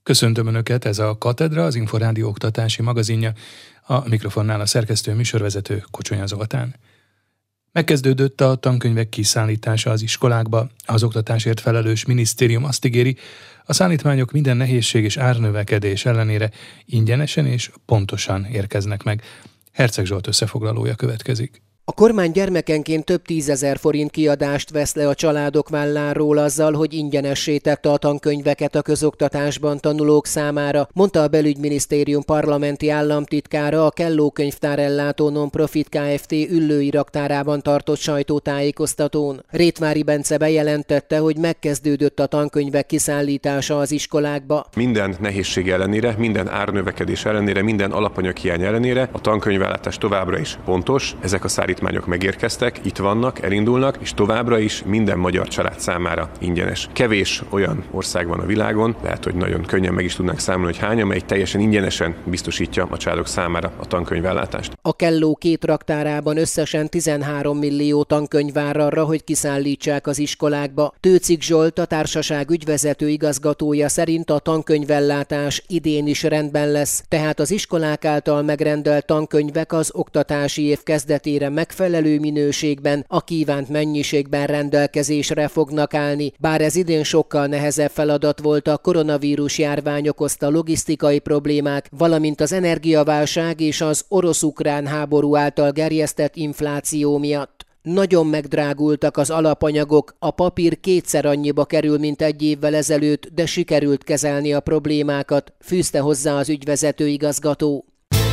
Köszöntöm Önöket, ez a Katedra, az Inforádió oktatási magazinja, a mikrofonnál a szerkesztő műsorvezető Kocsonya Zoltán. Megkezdődött a tankönyvek kiszállítása az iskolákba, az oktatásért felelős minisztérium azt ígéri, a szállítmányok minden nehézség és árnövekedés ellenére ingyenesen és pontosan érkeznek meg. Herceg Zsolt összefoglalója következik. A kormány gyermekenként több 10 000 forint kiadást vesz le a családok válláról azzal, hogy ingyenessé tette a tankönyveket a közoktatásban tanulók számára, mondta a Belügyminisztérium parlamenti államtitkára a Kelló könyvtárellátó non-profit Kft. Üllői raktárában tartott sajtótájékoztatón. Rétvári Bence bejelentette, hogy megkezdődött a tankönyvek kiszállítása az iskolákba. Minden nehézség ellenére, minden árnövekedés ellenére, minden alapanyaghiány ellenére a tankönyvellátás továbbra is pontos. Ezek a szállítmányok megérkeztek, itt vannak, elindulnak, és továbbra is minden magyar család számára ingyenes. Kevés olyan ország van a világon, lehet, hogy nagyon könnyen meg is tudnánk számolni, hogy hány, amely teljesen ingyenesen biztosítja a családok számára a tankönyvellátást. A Kelló 2 raktárában összesen 13 millió tankönyv vár arra, hogy kiszállítsák az iskolákba. Tőczig Zsolt, a társaság ügyvezető igazgatója szerint a tankönyvellátás idén is rendben lesz, tehát az iskolák által megrendelt tankönyvek az oktatási év kezdetére megfelelő minőségben, a kívánt mennyiségben rendelkezésre fognak állni, bár ez idén sokkal nehezebb feladat volt a koronavírus járvány okozta logisztikai problémák, valamint az energiaválság és az orosz-ukrán háború által gerjesztett infláció miatt. Nagyon megdrágultak az alapanyagok, a papír 2-szer annyiba kerül, mint egy évvel ezelőtt, de sikerült kezelni a problémákat, fűzte hozzá az ügyvezető igazgató.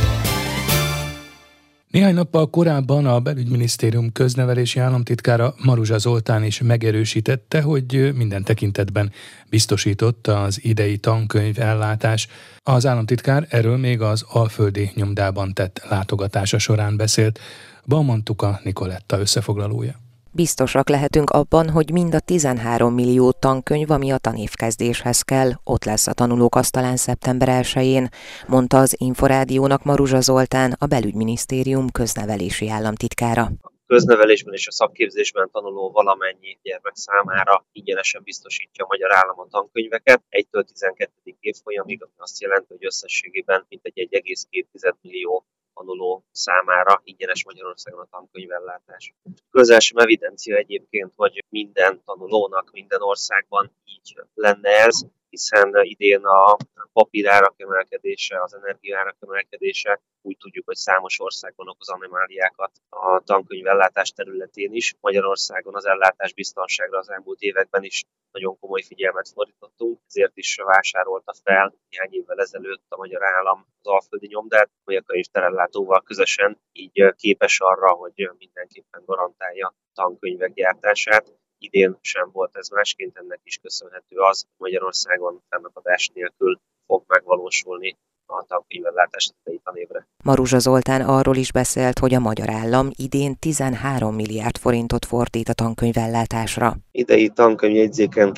Néhány nappal korábban a Belügyminisztérium köznevelési államtitkára Maruzsa Zoltán is megerősítette, hogy minden tekintetben biztosított az idei tankönyv ellátás. Az államtitkár erről még az Alföldi nyomdában tett látogatása során beszélt. Baumann Tuka Nikoletta összefoglalója. Biztosak lehetünk abban, hogy mind a 13 millió tankönyv, ami a tanévkezdéshez kell, ott lesz a tanulók asztalán szeptember 1-én, mondta az Inforádiónak Maruzsa Zoltán, a Belügyminisztérium köznevelési államtitkára. Köznevelésben és a szakképzésben tanuló valamennyi gyermek számára ingyenesen biztosítja a magyar állam a tankönyveket 1-től 12. évfolyamig, ami azt jelenti, hogy összességében mintegy 1,2 millió tanuló számára ingyenes Magyarországon a tankönyvellátás. Közel sem evidencia egyébként, hogy minden tanulónak minden országban így lenne ez, hiszen idén a papírárak emelkedése, az energiaárak emelkedése, úgy tudjuk, hogy számos országban okoz anomáliákat a tankönyvellátás területén is. Magyarországon az ellátás biztonságra az elmúlt években is nagyon komoly figyelmet fordítottunk, ezért is vásárolta fel néhány évvel ezelőtt a magyar állam az Alföldi nyomdát, amely a könyvtárellátóval közösen így képes arra, hogy mindenképpen garantálja a tankönyvek gyártását. Idén sem volt ez másként, ennek is köszönhető az, hogy Magyarországon fennakadás nélkül fog megvalósulni a tankönyvellátás idei tanévre. Maruzsa Zoltán arról is beszélt, hogy a magyar állam idén 13 milliárd forintot fordít a tankönyvellátásra. Idei tankönyvjegyzéken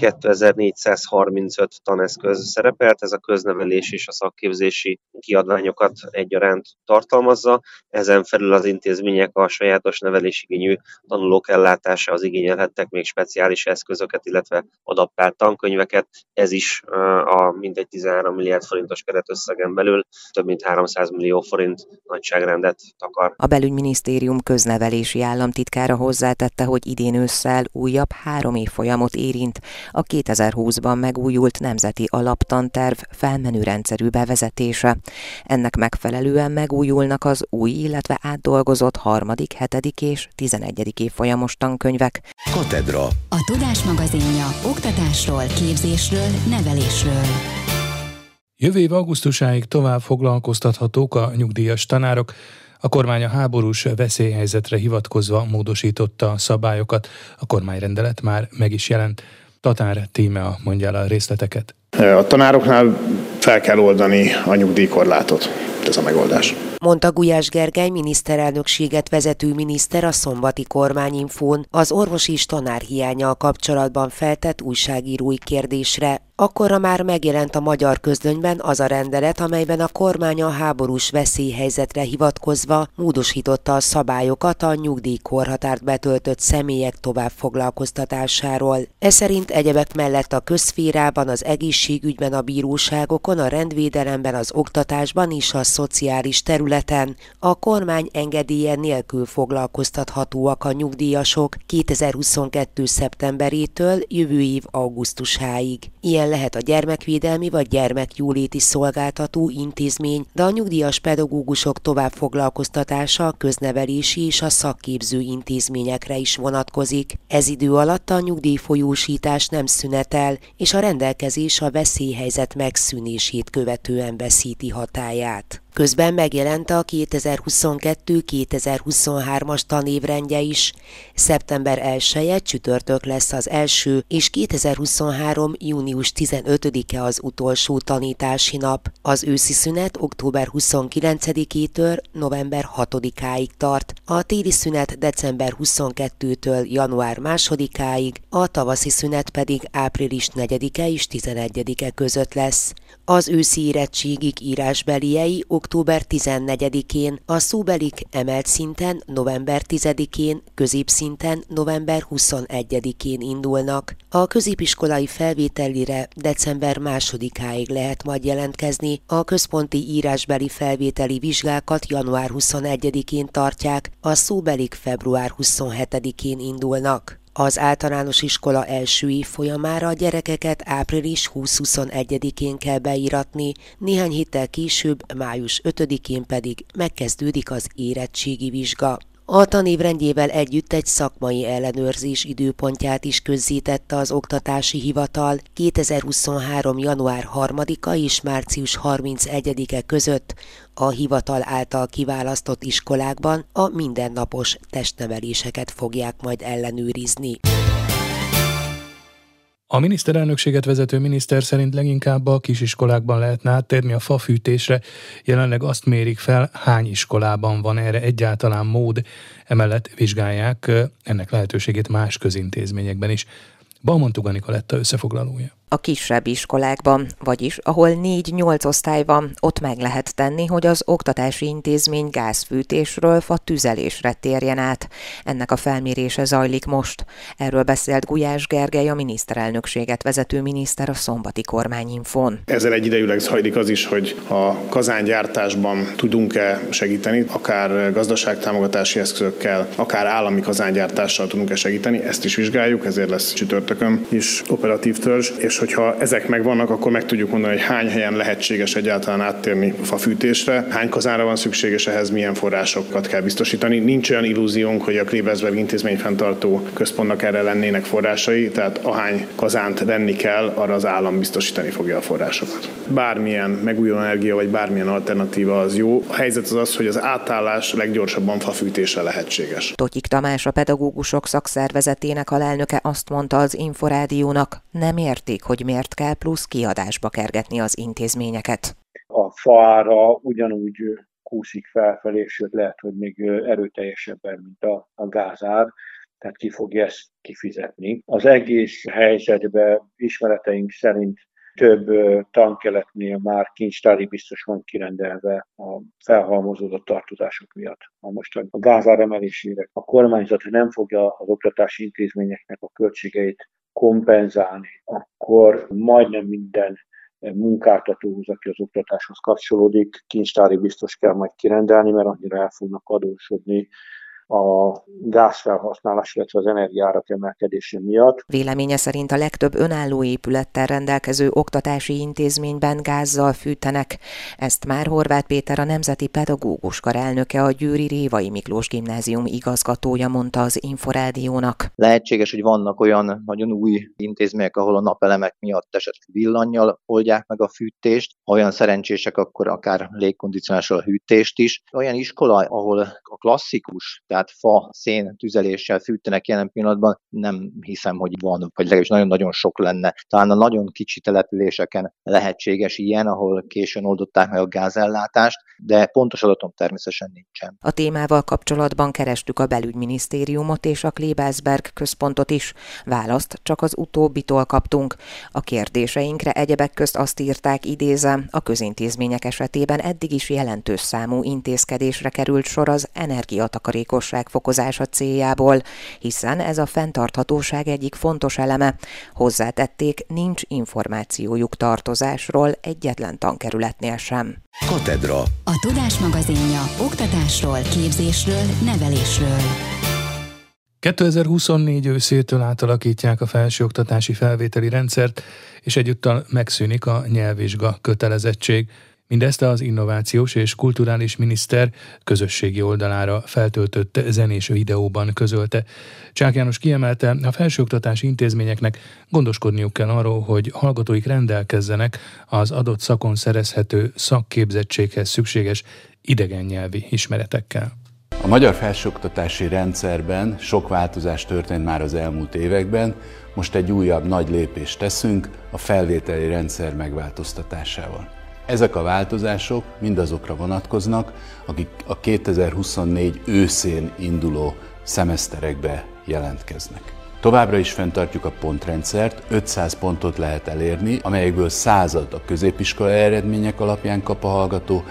2435 taneszköz szerepelt, ez a köznevelés és a szakképzési kiadványokat egyaránt tartalmazza. Ezen felül az intézmények a sajátos nevelésigényű tanulók ellátásához igényelhettek még speciális eszközöket, illetve adaptált tankönyveket. Ez is a mintegy 13 milliárd forintos keretösszegen belül több mint 300 millió forint nagyságrendet takar. A Belügyminisztérium köznevelési államtitkára hozzátette, hogy idén ősszel újabb 3 évfolyamot érint a 2020-ban megújult nemzeti alaptanterv felmenő rendszerű bevezetése. Ennek megfelelően megújulnak az új, illetve átdolgozott 3., 7. és 11. évfolyamos tankönyvek. Katedra. A Tudás magazinja oktatásról, képzésről, nevelésről. Jövő év augusztusáig tovább foglalkoztathatók a nyugdíjas tanárok. A kormány a háborús veszélyhelyzetre hivatkozva módosította a szabályokat. A kormányrendelet már meg is jelent. Tatár Tímea mondja el a részleteket. A tanároknál fel kell oldani a nyugdíjkorlátot. Ez a megoldás. Mondta Gulyás Gergely miniszterelnökséget vezető miniszter a szombati kormányinfón az orvosi és tanárhiánnyal kapcsolatban feltett újságírói kérdésre. Akkorra már megjelent a magyar közlönyben az a rendelet, amelyben a kormány a háborús veszélyhelyzetre hivatkozva módosította a szabályokat a nyugdíjkorhatárt betöltött személyek továbbfoglalkoztatásáról. Ez szerint egyebek mellett a közszférában, az egészségügyben, a bíróságokon, a rendvédelemben, az oktatásban és a szociális területen a kormány engedélye nélkül foglalkoztathatóak a nyugdíjasok 2022. szeptemberétől jövő év augusztusáig. Ilyen lehet a gyermekvédelmi vagy gyermekjóléti szolgáltató intézmény, de a nyugdíjas pedagógusok továbbfoglalkoztatása a köznevelési és a szakképző intézményekre is vonatkozik. Ez idő alatt a nyugdíjfolyósítás nem szünetel, és a rendelkezés a veszélyhelyzet megszűnését követően veszíti hatályát. Közben megjelent a 2022-2023-as tanévrendje is. Szeptember 1-e csütörtök lesz az első, és 2023. június 15-e az utolsó tanítási nap. Az őszi szünet október 29-től november 6-áig tart, a téli szünet december 22-től január 2-áig, a tavaszi szünet pedig április 4-e és 11-e között lesz. Az őszi érettségik írásbeliei október 14-én, a szóbelik emelt szinten november 10-én, középszinten november 21-én indulnak. A középiskolai felvételire december 2-áig lehet majd jelentkezni, a központi írásbeli felvételi vizsgákat január 21-én tartják, a szóbelik február 27-én indulnak. Az általános iskola első évfolyamára a gyerekeket április 20-21-én kell beíratni, néhány héttel később, május 5-én pedig megkezdődik az érettségi vizsga. A tanévrendjével együtt egy szakmai ellenőrzés időpontját is közzétette az Oktatási Hivatal 2023. január 3-a és március 31-e között a hivatal által kiválasztott iskolákban a mindennapos testneveléseket fogják majd ellenőrizni. A miniszterelnökséget vezető miniszter szerint leginkább a kisiskolákban lehetne áttérni a fafűtésre. Jelenleg azt mérik fel, hány iskolában van erre egyáltalán mód. Emellett vizsgálják ennek lehetőségét más közintézményekben is. Balmontúg Anika lett a összefoglalója. A kisebb iskolákban, vagyis ahol 4-8 osztály van, ott meg lehet tenni, hogy az oktatási intézmény gázfűtésről fatüzelésre térjen át. Ennek a felmérése zajlik most. Erről beszélt Gulyás Gergely, a miniszterelnökséget vezető miniszter a szombati kormányinfón. Ezzel egyidejűleg zajlik az is, hogy a kazángyártásban tudunk-e segíteni, akár gazdaságtámogatási eszközökkel, akár állami kazángyártással tudunk-e segíteni. Ezt is vizsgáljuk, ezért lesz csütörtökön is operatív törzs, és hogyha ezek megvannak, akkor meg tudjuk mondani, hogy hány helyen lehetséges egyáltalán áttérni fafűtésre, hány kazánra van szükség, és ehhez milyen forrásokat kell biztosítani. Nincs olyan illúziónk, hogy a Klebersberg intézményfenntartó központnak erre lennének forrásai, tehát ahány kazánt venni kell, arra az állam biztosítani fogja a forrásokat. Bármilyen megújuló energia, vagy bármilyen alternatíva az jó. A helyzet az, hogy az átállás leggyorsabban fafűtésre lehetséges. Totyik Tamás, a pedagógusok szakszervezetének alelnöke azt mondta az Inforádiónak, nem értik, hogy miért kell plusz kiadásba kergetni az intézményeket. A faára ugyanúgy kúszik felfelé, sőt lehet, hogy még erőteljesebben, mint a gázár, tehát ki fogja ezt kifizetni. Az egész helyzetben ismereteink szerint több tankeletnél már kincstári biztos van kirendelve a felhalmozódott tartozások miatt. Ha most a gázár emelésére a kormányzat nem fogja az oktatási intézményeknek a költségeit kompenzálni, akkor majdnem minden munkáltatóhoz, aki az oktatáshoz kapcsolódik, kincstári biztos kell majd kirendelni, mert annyira el fognak adósodni a gázfelhasználás, illetve az energiárak emelkedése miatt. Véleménye szerint a legtöbb önálló épülettel rendelkező oktatási intézményben gázzal fűtenek. Ezt már Horváth Péter, a Nemzeti Pedagógus Kar elnöke, a győri Révai Miklós Gimnázium igazgatója mondta az Inforádiónak. Lehetséges, hogy vannak olyan nagyon új intézmények, ahol a napelemek miatt esetleg villannyal oldják meg a fűtést. Ha olyan szerencsések, akkor akár légkondicionálással a hűtést is. Olyan iskola, ahol a klasszikus tehát fa, szén tüzeléssel fűtenek jelen pillanatban, nem hiszem, hogy van, vagy legalábbis nagyon-nagyon sok lenne. Talán a nagyon kicsi településeken lehetséges ilyen, ahol későn oldották meg a gázellátást, de pontos adatom természetesen nincsen. A témával kapcsolatban kerestük a belügyminisztériumot és a Klebersberg központot is. Választ csak az utóbbitól kaptunk. A kérdéseinkre egyebek közt azt írták, idézem, a közintézmények esetében eddig is jelentős számú intézkedésre került sor az energiatakarékosság fokozása céljából, hiszen ez a fenntarthatóság egyik fontos eleme. Hozzátették, nincs információjuk tartozásról egyetlen tankerületnél sem. Katedra. A Tudás magazinja oktatásról, képzésről, nevelésről. 2024 őszétől átalakítják a felsőoktatási felvételi rendszert, és egyúttal megszűnik a nyelvvizsga kötelezettség. Mindezt az Innovációs és Kulturális Miniszter közösségi oldalára feltöltött zenés videóban közölte. Csák János kiemelte, a felsőoktatási intézményeknek gondoskodniuk kell arról, hogy hallgatóik rendelkezzenek az adott szakon szerezhető szakképzettséghez szükséges idegen nyelvi ismeretekkel. A magyar felsőoktatási rendszerben sok változás történt már az elmúlt években, most egy újabb nagy lépést teszünk a felvételi rendszer megváltoztatásával. Ezek a változások mindazokra vonatkoznak, akik a 2024 őszén induló szemeszterekbe jelentkeznek. Továbbra is fenntartjuk a pontrendszert, 500 pontot lehet elérni, amelyekből 100-at a középiskolai eredmények alapján kap a hallgató,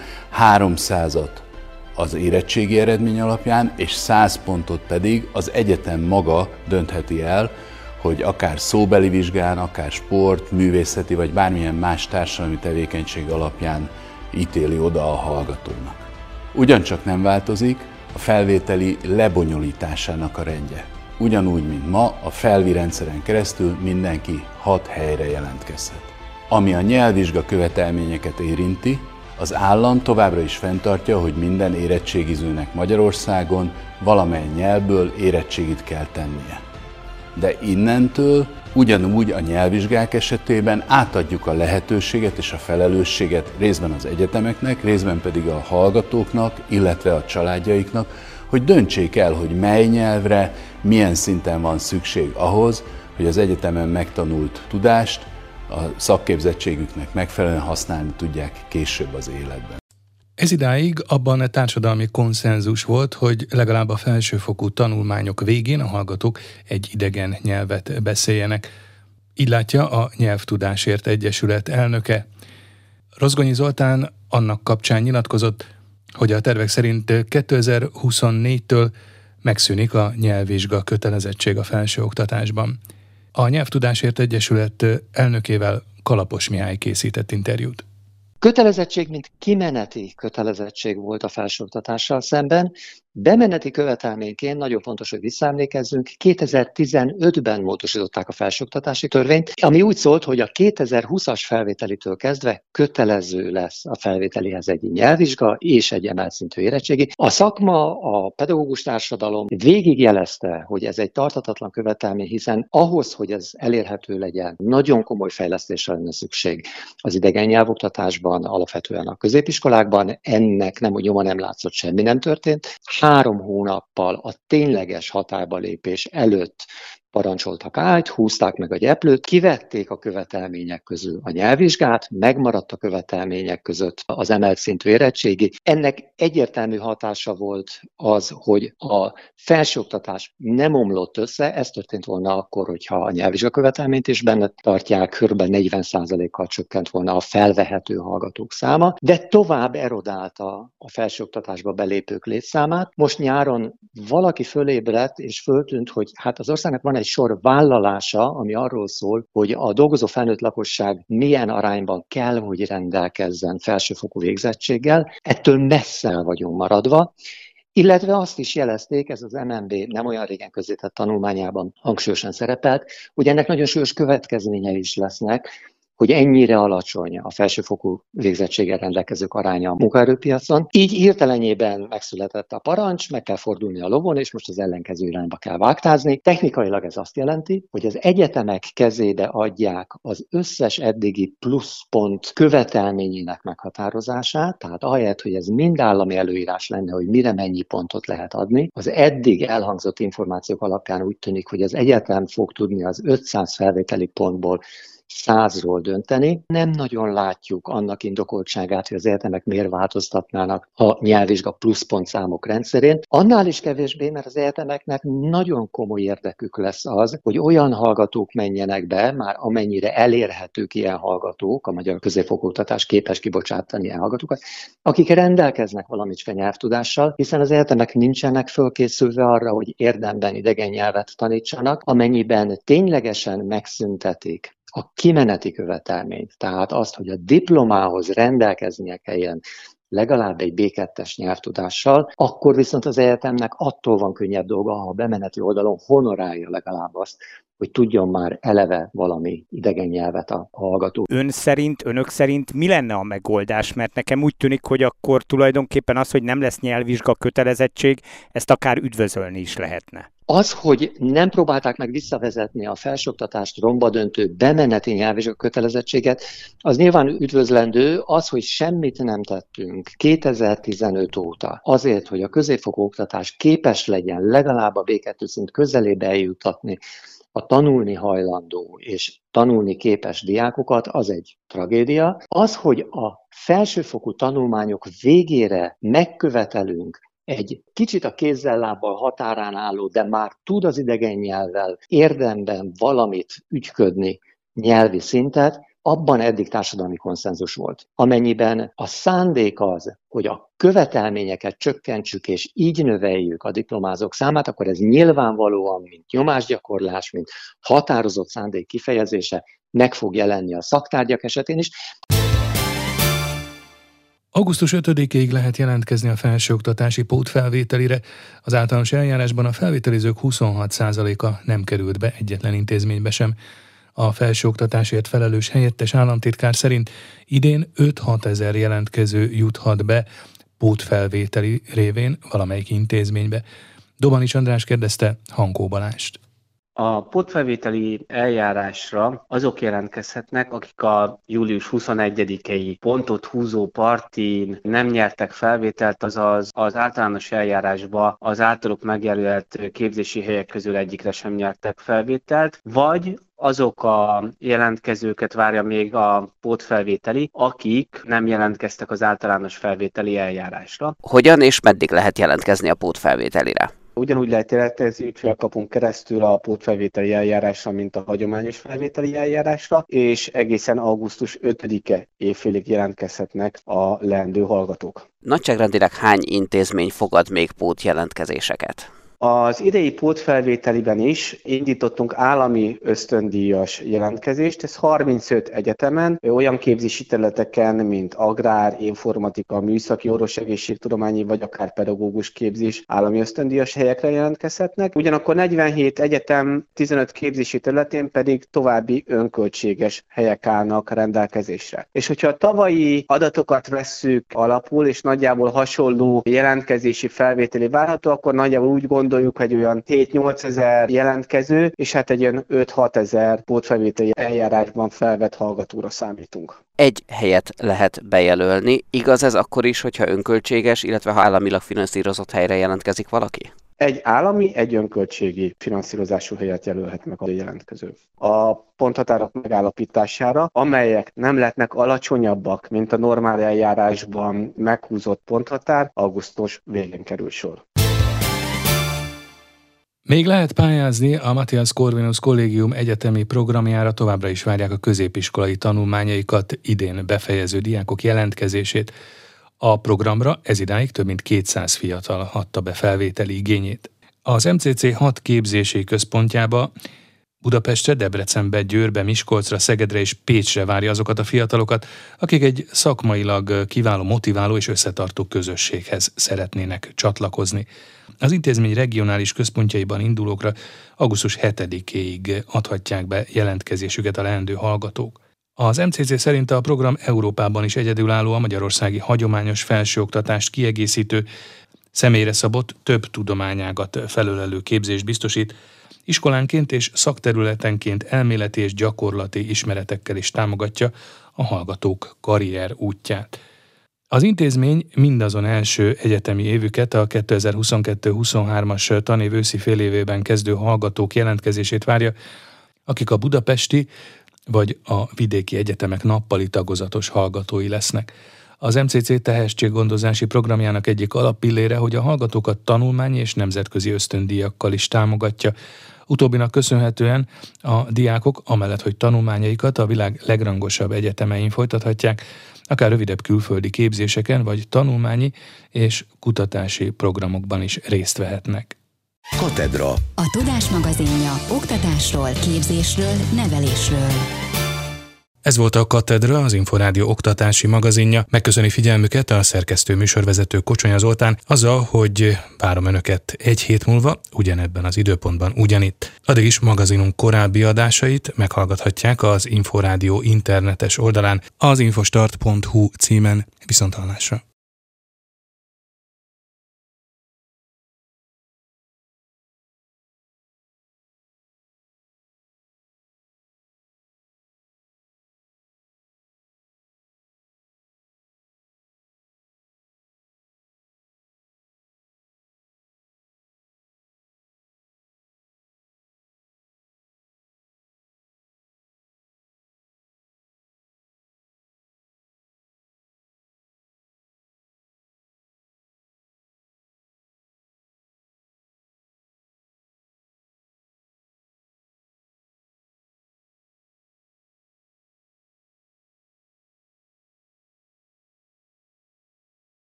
300-at az érettségi eredmény alapján, és 100 pontot pedig az egyetem maga döntheti el, hogy akár szóbeli vizsgán, akár sport, művészeti vagy bármilyen más társadalmi tevékenység alapján ítéli oda a hallgatónak. Ugyancsak nem változik a felvételi lebonyolításának a rendje. Ugyanúgy, mint ma, a felvi rendszeren keresztül mindenki 6 helyre jelentkezhet. Ami a nyelvvizsga követelményeket érinti, az állam továbbra is fenntartja, hogy minden érettségizőnek Magyarországon valamely nyelvből érettségit kell tennie. De innentől ugyanúgy a nyelvvizsgák esetében átadjuk a lehetőséget és a felelősséget részben az egyetemeknek, részben pedig a hallgatóknak, illetve a családjaiknak, hogy döntsék el, hogy mely nyelvre, milyen szinten van szükség ahhoz, hogy az egyetemen megtanult tudást a szakképzettségüknek megfelelően használni tudják később az életben. Ez idáig abban a társadalmi konszenzus volt, hogy legalább a felsőfokú tanulmányok végén a hallgatók egy idegen nyelvet beszéljenek. Így látja a Nyelvtudásért Egyesület elnöke. Rozgonyi Zoltán annak kapcsán nyilatkozott, hogy a tervek szerint 2024-től megszűnik a nyelvvizsga kötelezettség a felsőoktatásban. A Nyelvtudásért Egyesület elnökével Kalapos Mihály készített interjút. Kötelezettség, mint kimeneti kötelezettség volt a felsőoktatással szemben. Bemeneti követelményként nagyon fontos, hogy visszaemlékezzünk, 2015-ben módosították a felsőoktatási törvényt, ami úgy szólt, hogy a 2020-as felvételitől kezdve kötelező lesz a felvételihez egy nyelvvizsga és egy emelt szintű érettségi. A szakma, a pedagógus társadalom végig jelezte, hogy ez egy tarthatatlan követelmény, hiszen ahhoz, hogy ez elérhető legyen, nagyon komoly fejlesztésre lenne szükség az idegen nyelvoktatásban, alapvetően a középiskolákban. Ennek nyoma nem látszott, semmi nem történt. 3 hónappal a tényleges hatályba lépés előtt parancsoltak át, húzták meg a gyeplőt, kivették a követelmények közül a nyelvvizsgát, megmaradt a követelmények között az emelt szintű érettségi. Ennek egyértelmű hatása volt az, hogy a felsőoktatás nem omlott össze, ez történt volna akkor, hogyha a nyelvvizsga követelményt is benne tartják, kb. 40%-kal csökkent volna a felvehető hallgatók száma, de tovább erodálta a felsőoktatásba belépők létszámát. Most nyáron valaki fölébredt és föltűnt, hogy hát az országnak van egy sor vállalása, ami arról szól, hogy a dolgozó felnőtt lakosság milyen arányban kell, hogy rendelkezzen felsőfokú végzettséggel. Ettől messze el vagyunk maradva. Illetve azt is jelezték, ez az MNB nem olyan régen közzétett tanulmányában hangsúlyosan szerepelt, hogy ennek nagyon súlyos következményei is lesznek, hogy ennyire alacsony a felsőfokú végzettséggel rendelkezők aránya a munkaerőpiacon. Így hirtelenjében megszületett a parancs, meg kell fordulni a lovon, és most az ellenkező irányba kell vágtázni. Technikailag ez azt jelenti, hogy az egyetemek kezébe adják az összes eddigi pluszpont követelményének meghatározását, tehát ahelyett, hogy ez mind állami előírás lenne, hogy mire mennyi pontot lehet adni, az eddig elhangzott információk alapján úgy tűnik, hogy az egyetem fog tudni az 500 felvételi pontból 100-ról dönteni. Nem nagyon látjuk annak indokoltságát, hogy az egyetemek miért változtatnának a nyelvvizsga pluszpontszámok rendszerén. Annál is kevésbé, mert az egyetemeknek nagyon komoly érdekük lesz az, hogy olyan hallgatók menjenek be, már amennyire elérhetők ilyen hallgatók, a magyar középfokú oktatás képes kibocsátani ilyen hallgatókat, akik rendelkeznek valamicske nyelvtudással, hiszen az egyetemek nincsenek fölkészülve arra, hogy érdemben idegen nyelvet tanítsanak, amennyiben ténylegesen megszüntetik a kimeneti követelményt, tehát azt, hogy a diplomához rendelkeznie kelljen legalább egy B2-es nyelvtudással, akkor viszont az egyetemnek attól van könnyebb dolga, ha a bemeneti oldalon honorálja legalább azt, hogy tudjon már eleve valami idegen nyelvet a hallgató. Önök szerint mi lenne a megoldás? Mert nekem úgy tűnik, hogy akkor tulajdonképpen az, hogy nem lesz nyelvvizsga kötelezettség, ezt akár üdvözölni is lehetne. Az, hogy nem próbálták meg visszavezetni a felsőoktatást romba döntő bemeneti nyelvvizsga kötelezettséget, az nyilván üdvözlendő. Az, hogy semmit nem tettünk 2015 óta azért, hogy a középfokú oktatás képes legyen legalább a B2 szint közelébe eljutatni a tanulni hajlandó és tanulni képes diákokat, az egy tragédia. Az, hogy a felsőfokú tanulmányok végére megkövetelünk egy kicsit a kézzel-lábbal határán álló, de már tud az idegen nyelvvel érdemben valamit ügyködni nyelvi szintet, abban eddig társadalmi konszenzus volt. Amennyiben a szándék az, hogy a követelményeket csökkentsük, és így növeljük a diplomázók számát, akkor ez nyilvánvalóan, mint nyomásgyakorlás, mint határozott szándék kifejezése meg fog jelenni a szaktárgyak esetén is. Augusztus 5-ig lehet jelentkezni a felsőoktatási pótfelvételire. Az általános eljárásban a felvételizők 26%-a nem került be egyetlen intézménybe sem. A felsőoktatásért felelős helyettes államtitkár szerint idén 5-6 ezer jelentkező juthat be pótfelvételi révén valamelyik intézménybe. Dobanis András kérdezte Hankó Balást. A pótfelvételi eljárásra azok jelentkezhetnek, akik a július 21-i pontot húzó partin nem nyertek felvételt, azaz az általános eljárásba az általuk megjelölt képzési helyek közül egyikre sem nyertek felvételt, vagy azok a jelentkezőket várja még a pótfelvételi, akik nem jelentkeztek az általános felvételi eljárásra. Hogyan és meddig lehet jelentkezni a pótfelvételire? Ugyanúgy lehet jelentkezni ügyfélkapunk keresztül a pótfelvételi eljárásra, mint a hagyományos felvételi eljárásra, és egészen augusztus 5-e évfélig jelentkezhetnek a leendő hallgatók. Nagyságrendileg hány intézmény fogad még pótjelentkezéseket? Az idei pótfelvételiben is indítottunk állami ösztöndíjas jelentkezést, ez 35 egyetemen, olyan képzési területeken, mint agrár, informatika, műszaki, orvosegészségtudományi vagy akár pedagógus képzés állami ösztöndíjas helyekre jelentkezhetnek. Ugyanakkor 47 egyetem 15 képzési területén pedig további önköltséges helyek állnak rendelkezésre. És hogyha a tavalyi adatokat vesszük alapul, és nagyjából hasonló jelentkezési felvételi várható, akkor nagyjából úgy gondoljuk, hogy olyan 7-8 ezer jelentkező, és hát egy olyan 5-6 ezer pótfelvételi eljárásban felvett hallgatóra számítunk. Egy helyet lehet bejelölni. Igaz ez akkor is, hogyha önköltséges, illetve ha államilag finanszírozott helyre jelentkezik valaki? Egy állami, egy önköltségi finanszírozású helyet jelölhet meg a jelentkező. A ponthatárok megállapítására, amelyek nem lehetnek alacsonyabbak, mint a normál eljárásban meghúzott ponthatár, augusztus végén kerül sor. Még lehet pályázni, a Matthias Corvinus Kollégium egyetemi programjára továbbra is várják a középiskolai tanulmányaikat idén befejező diákok jelentkezését. A programra ezidáig több mint 200 fiatal adta be felvételi igényét. Az MCC 6 képzési központjába Budapestre, Debrecenbe, Győrbe, Miskolcra, Szegedre és Pécsre várja azokat a fiatalokat, akik egy szakmailag kiváló, motiváló és összetartó közösséghez szeretnének csatlakozni. Az intézmény regionális központjaiban indulókra augusztus 7-éig adhatják be jelentkezésüket a leendő hallgatók. Az MCC szerint a program Európában is egyedülálló, a magyarországi hagyományos felsőoktatást kiegészítő, személyre szabott, több tudományágat felölelő képzést biztosít, iskolánként és szakterületenként elméleti és gyakorlati ismeretekkel is támogatja a hallgatók karrier útját. Az intézmény mindazon első egyetemi évüket, a 2022-23-as tanév őszi félévében kezdő hallgatók jelentkezését várja, akik a budapesti vagy a vidéki egyetemek nappali tagozatos hallgatói lesznek. Az MCC tehetséggondozási programjának egyik alappillére, hogy a hallgatókat tanulmányi és nemzetközi ösztöndíjakkal is támogatja. Utóbbinak köszönhetően a diákok amellett, hogy tanulmányaikat a világ legrangosabb egyetemein folytathatják, akár rövidebb külföldi képzéseken vagy tanulmányi és kutatási programokban is részt vehetnek. Katedra. A Tudás magazinja oktatásról, képzésről, nevelésről. Ez volt a Katedra, az Inforádió oktatási magazinja. Megköszöni figyelmüket a szerkesztő műsorvezető Kocsonya Zoltán, azzal, hogy várom Önöket egy hét múlva, ugyanebben az időpontban ugyanitt. Addig is magazinunk korábbi adásait meghallgathatják az Inforádió internetes oldalán, az infostart.hu címen. Viszonthallásra.